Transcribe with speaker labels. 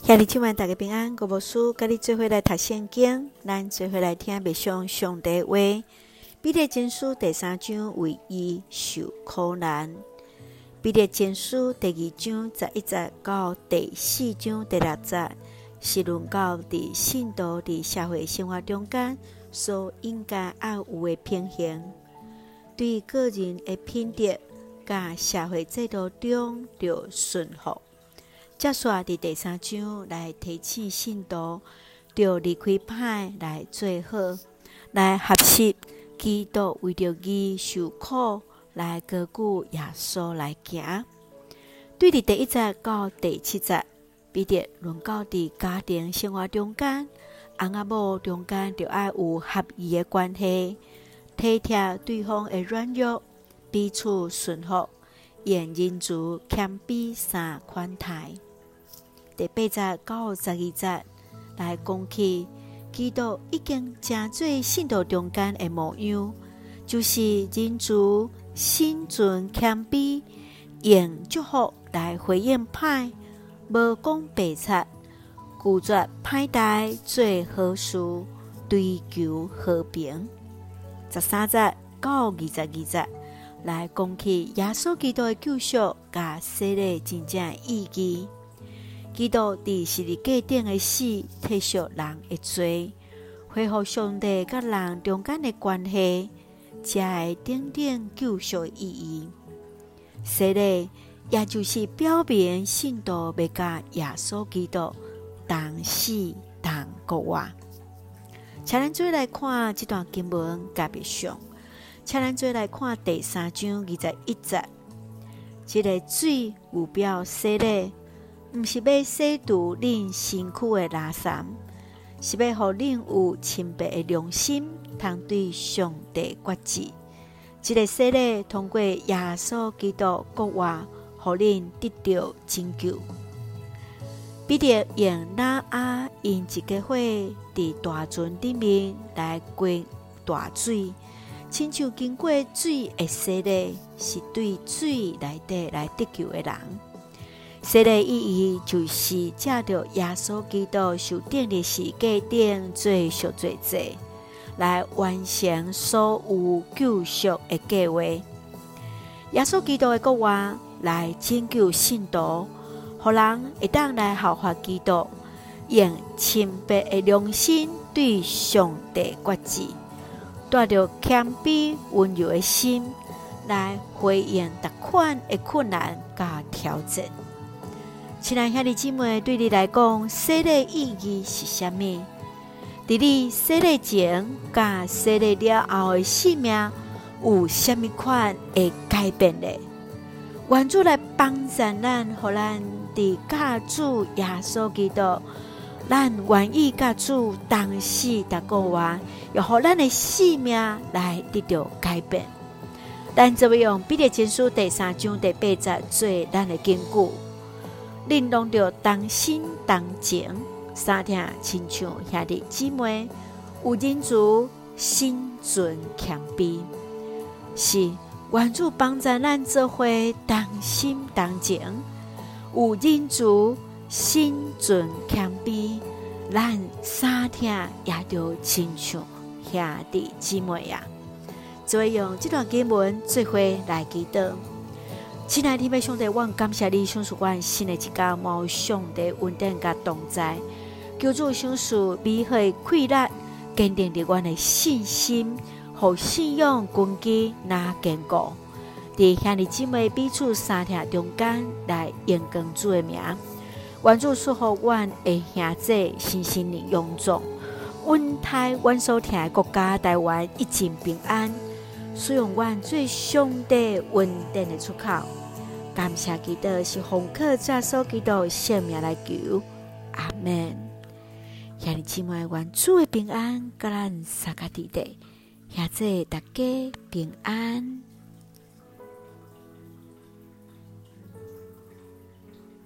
Speaker 1: 兄弟姊妹大家平安，我无事，甲你做伙来读圣经，咱做伙来听默想上帝话。彼得前书第3章为伊受苦难。彼得前书第2章11节到第4章第6节，是论到伫信徒伫社会生活中间所应该要有的品行，对个人的品德甲社会制度中着顺服。接续伫第3章来提醒信徒，着离开歹来做好，来学习基督为着义受苦，来高举耶稣来行。对伫第1节到第7节，彼得论到伫家庭生活中间，翁仔某中间着要有合宜的关系，体贴对方的软弱，彼此顺服，用仁慈、谦卑3款态。第8节到12节来讲起基督已经成做信徒中间的模样，就是仁慈、心存谦卑，用祝福来回应歹，无讲白贼，拒绝歹代，做好事，追求和平。13节到22节来讲起耶稣基督的救赎甲洗礼真正的意义。基督伫十字架顶的死，替赎人的罪，恢复上帝甲人中间的关系，才会真正救赎的意义。洗礼也就是表明信徒要甲耶稣基督同死同国活。请咱做来看这段经文甲默想，请咱做来看第3章21节，这个水有表洗礼。毋是要洗除恁身躯的垃圾，是要互恁有清白的良心，通对上帝决志。这个洗礼通过耶稣基督国活，互恁得到拯救。彼得用拿阿因一家伙伫大船顶面来过大水，亲像经过水的洗礼，是对水内底来得救的人。洗礼意义就是借着耶稣基督受钉的十字架顶做赎罪祭，来完成所有救赎的计划。耶稣基督的国活来拯救信徒，互人会当来效法基督，用清白的良心对上帝决志，带着谦卑温柔的心来回应每款的困难甲挑战。亲爱兄弟姊妹，对你来讲，洗礼意义是啥物？伫你洗礼前甲洗礼了后的生命，有啥物款的改变呢？愿主来帮助咱，互咱伫甲主耶稣基督，咱愿意甲主同死同国活，又互咱的生命来得到改变。咱就要用彼得前书第3章第8节做咱的根据。恁拢着同心同情，三听亲像兄弟姊妹，有仁慈，心存谦卑，是愿主帮助咱做伙同心同情，有仁慈，心存谦卑，咱三听也着亲像兄弟姊妹呀。就会用这段经文做伙来祈祷。亲爱的天父上帝，我感谢你赏赐我新的一天，无上帝恩典甲同在，求主赏赐美好的快乐，坚定着我的信心，互信仰根基拿坚固。伫兄弟姊妹彼此相听中间来荣光主的名，愿主赐福阮的兄弟身心灵勇壮，稳台阮所听的国家台湾一尽平安。使用阮最上帝恩典的出口，感谢基督是奉靠耶稣基督圣名来求，阿们。兄弟姊妹，愿主的平安甲咱三家弟弟，兄弟大家平安。